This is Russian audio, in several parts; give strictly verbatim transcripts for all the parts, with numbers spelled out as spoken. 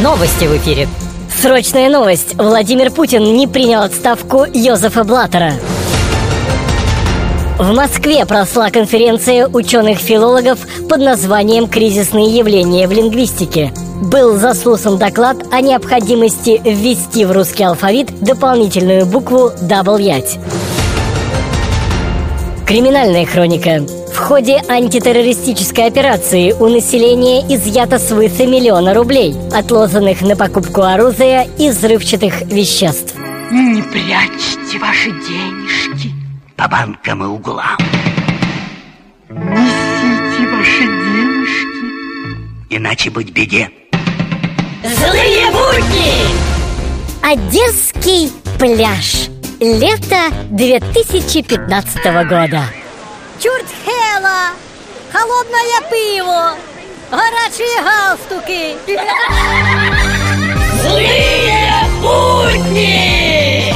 Новости в эфире. Срочная новость. Владимир Путин не принял отставку Йозефа Блаттера. В Москве прошла конференция ученых-филологов под названием «Кризисные явления в лингвистике». Был заслушан доклад о необходимости ввести в русский алфавит дополнительную букву «дабл ять». Криминальная хроника. В ходе антитеррористической операции у населения изъято свыше миллиона рублей, отложенных на покупку оружия и взрывчатых веществ. Не прячьте ваши денежки по банкам и углам. Несите ваши денежки, иначе быть беде. Злые будни! Одесский пляж. Лето две тысячи пятнадцатого года. Чуртхела, холодное пиво, горячие галстуки. Злые будни!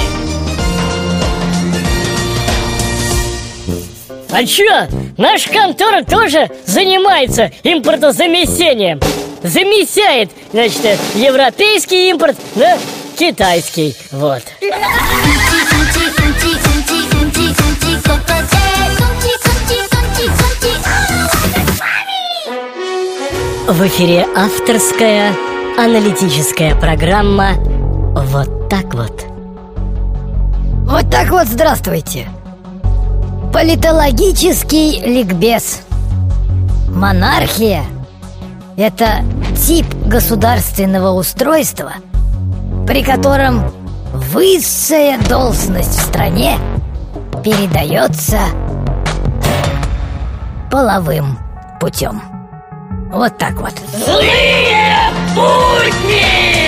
А чё, наша контора тоже занимается импортозамещением. Замещает, значит, европейский импорт на китайский. Вот. В эфире авторская аналитическая программа «Вот так вот». Вот так вот, здравствуйте. Политологический ликбез. Монархия – это тип государственного устройства, при котором высшая должность в стране передается половым путем. Вот так вот. Злые будни!